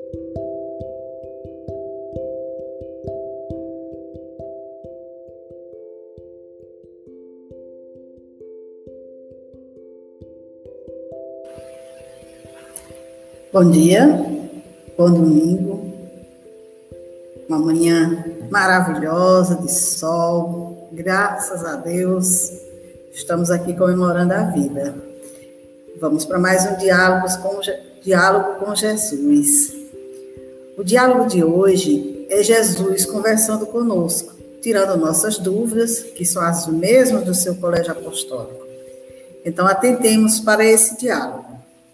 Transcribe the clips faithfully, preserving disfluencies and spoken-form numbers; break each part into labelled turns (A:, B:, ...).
A: Bom dia, bom domingo, uma manhã maravilhosa de sol, graças a Deus, estamos aqui comemorando a vida. Vamos para mais um diálogo com, diálogo com Jesus. O diálogo de hoje é Jesus conversando conosco, tirando nossas dúvidas, que são as mesmas do seu colégio apostólico. Então, atentemos para esse diálogo.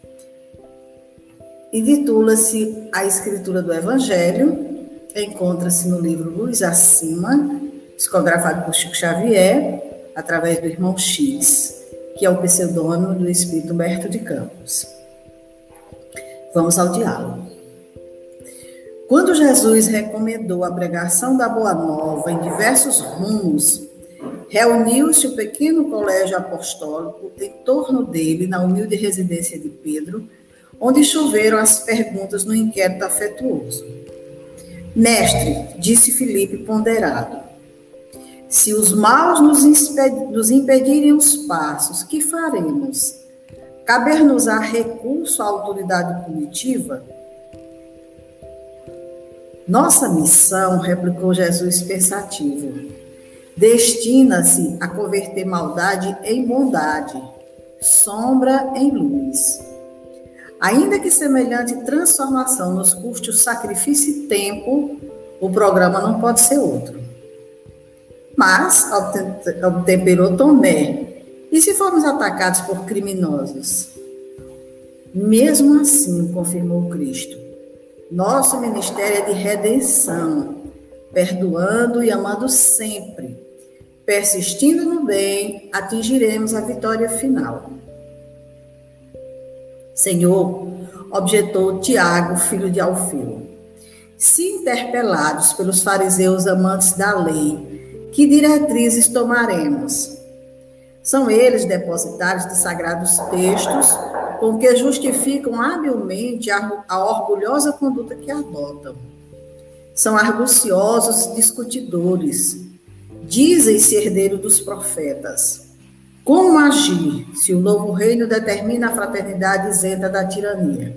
A: Intitula-se A Escritura do Evangelho, encontra-se no livro Luz Acima, psicografado por Chico Xavier, através do irmão X, que é o pseudônimo do Espírito Humberto de Campos. Vamos ao diálogo. Quando Jesus recomendou a pregação da Boa Nova em diversos rumos, reuniu-se o pequeno colégio apostólico em torno dele, na humilde residência de Pedro, onde choveram as perguntas no inquérito afetuoso. Mestre, disse Filipe ponderado, se os maus nos, nos impedirem os passos, que faremos? Caber-nos-á recurso à autoridade punitiva? Nossa missão, replicou Jesus pensativo, destina-se a converter maldade em bondade, sombra em luz. Ainda que semelhante transformação nos custe o sacrifício e tempo, o programa não pode ser outro. Mas, obtemperou Tomé, e se formos atacados por criminosos? Mesmo assim, confirmou Cristo, nosso ministério é de redenção, perdoando e amando sempre. Persistindo no bem, atingiremos a vitória final. Senhor, objetou Tiago, filho de Alfeu, se interpelados pelos fariseus amantes da lei, que diretrizes tomaremos? São eles depositários de sagrados textos, com que justificam habilmente a, a orgulhosa conduta que adotam. São arguciosos discutidores, dizem-se herdeiro dos profetas. Como agir se o novo reino determina a fraternidade isenta da tirania?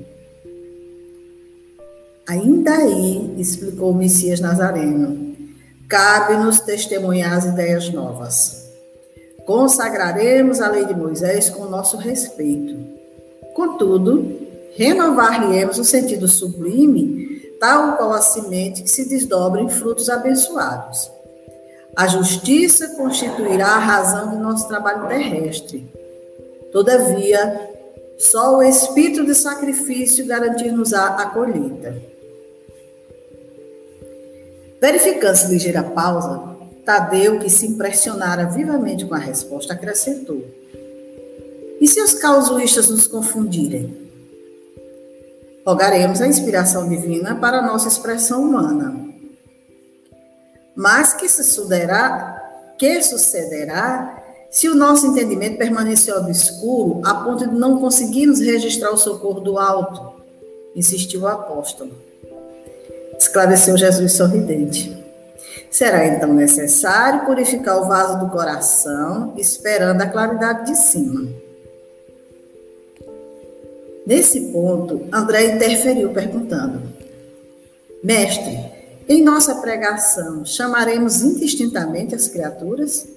A: Ainda aí, explicou o Messias Nazareno, cabe-nos testemunhar as ideias novas. Consagraremos a lei de Moisés com o nosso respeito. Contudo, renovar-lhe-emos o sentido sublime, tal qual a semente que se desdobra em frutos abençoados. A justiça constituirá a razão do nosso trabalho terrestre. Todavia, só o espírito de sacrifício garantir-nos-á a colheita. Verificando-se ligeira pausa, Tadeu, que se impressionara vivamente com a resposta, acrescentou: e se os causuístas nos confundirem? Rogaremos a inspiração divina para a nossa expressão humana. Mas que sucederá, que sucederá se o nosso entendimento permanecer obscuro a ponto de não conseguirmos registrar o socorro do alto? Insistiu o apóstolo. Esclareceu Jesus sorridente. Será então necessário purificar o vaso do coração, esperando a claridade de cima. Nesse ponto, André interferiu perguntando: Mestre, em nossa pregação, chamaremos indistintamente as criaturas?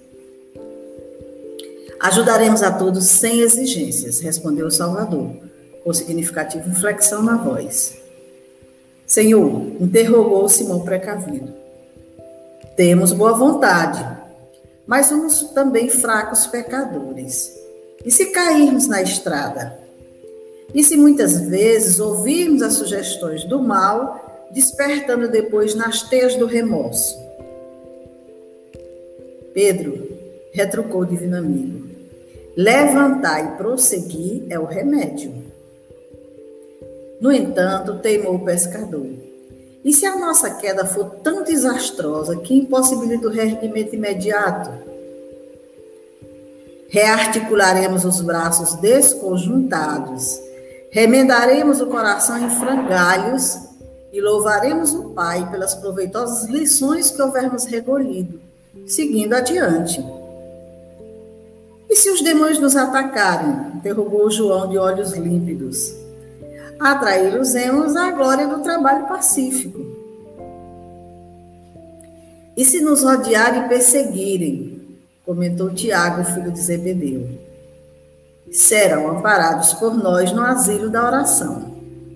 A: Ajudaremos a todos sem exigências, respondeu o Salvador, com significativa inflexão na voz. Senhor, interrogou Simão precavido. Temos boa vontade, mas somos também fracos pecadores. E se cairmos na estrada? E se muitas vezes ouvirmos as sugestões do mal, despertando depois nas teias do remorso? Pedro retrucou o divino amigo: levantar e prosseguir é o remédio. No entanto, teimou o pescador: e se a nossa queda for tão desastrosa que impossibilita o reerguimento imediato? Rearticularemos os braços desconjuntados, remendaremos o coração em frangalhos e louvaremos o Pai pelas proveitosas lições que houvermos recolhido, seguindo adiante. E se os demônios nos atacarem? Interrogou João de olhos límpidos. Atraí-los-emos à glória do trabalho pacífico. E se nos rodearem e perseguirem? Comentou Tiago, filho de Zebedeu. Serão amparados por nós no asilo da oração.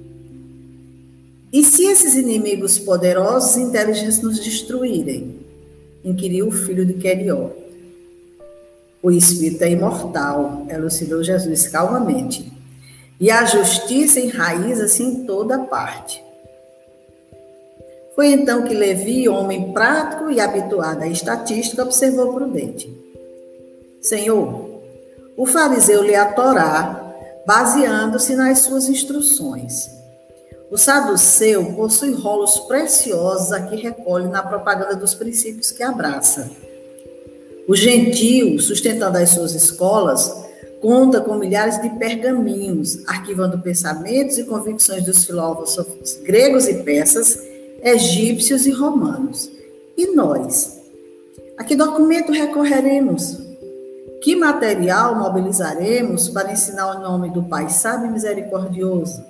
A: E se esses inimigos poderosos e inteligentes nos destruírem? Inquiriu o filho de Querió. O espírito é imortal, elucidou Jesus calmamente. E a justiça enraiza-se em toda parte. Foi então que Levi, homem prático e habituado à estatística, observou prudente. Senhor, o fariseu lê a Torá, baseando-se nas suas instruções. O saduceu possui rolos preciosos a que recolhe na propaganda dos princípios que abraça. O gentio, sustentando as suas escolas, conta com milhares de pergaminhos, arquivando pensamentos e convicções dos filósofos gregos e persas, egípcios e romanos. E nós? A que documento recorreremos? Que material mobilizaremos para ensinar o nome do Pai sábio e misericordioso?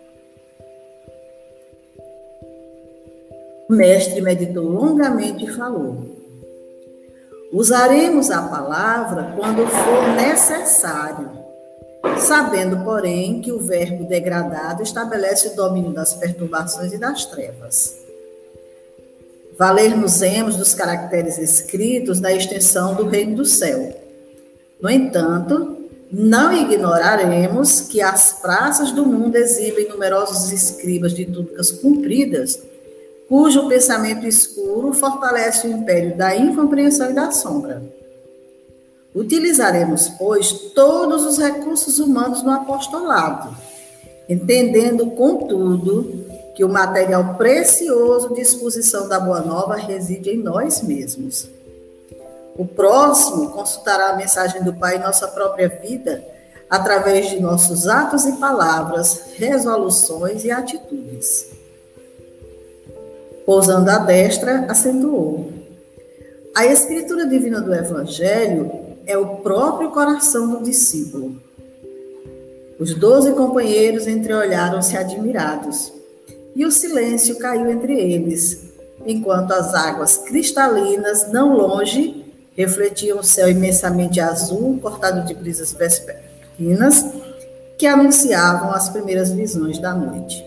A: O mestre meditou longamente e falou. Usaremos a palavra quando for necessário, sabendo, porém, que o verbo degradado estabelece o domínio das perturbações e das trevas. Valer-nos-emos dos caracteres escritos na extensão do reino do céu. No entanto, não ignoraremos que as praças do mundo exibem numerosos escribas de túnicas compridas, cujo pensamento escuro fortalece o império da incompreensão e da sombra. Utilizaremos, pois, todos os recursos humanos no apostolado, entendendo, contudo, que o material precioso de exposição da Boa Nova reside em nós mesmos. O próximo consultará a mensagem do Pai em nossa própria vida, através de nossos atos e palavras, resoluções e atitudes. Pousando à destra, acentuou. A escritura divina do Evangelho é o próprio coração do discípulo. Os doze companheiros entreolharam-se admirados, e o silêncio caiu entre eles, enquanto as águas cristalinas, não longe, refletiam o céu imensamente azul, cortado de brisas vespertinas, que anunciavam as primeiras visões da noite.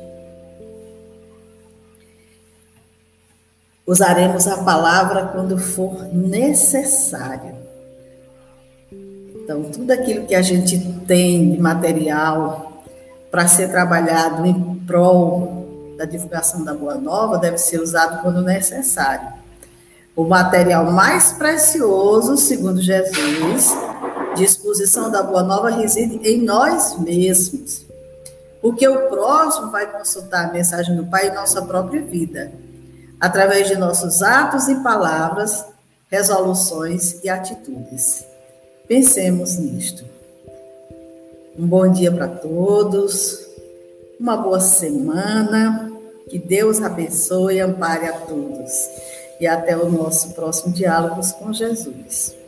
A: Usaremos a palavra quando for necessário. Então, tudo aquilo que a gente tem de material para ser trabalhado em prol da divulgação da Boa Nova deve ser usado quando necessário. O material mais precioso, segundo Jesus, de exposição da Boa Nova reside em nós mesmos. Porque o próximo vai consultar a mensagem do Pai em nossa própria vida, através de nossos atos e palavras, resoluções e atitudes. Pensemos nisto. Um bom dia para todos, uma boa semana, que Deus abençoe e ampare a todos. E até o nosso próximo Diálogos com Jesus.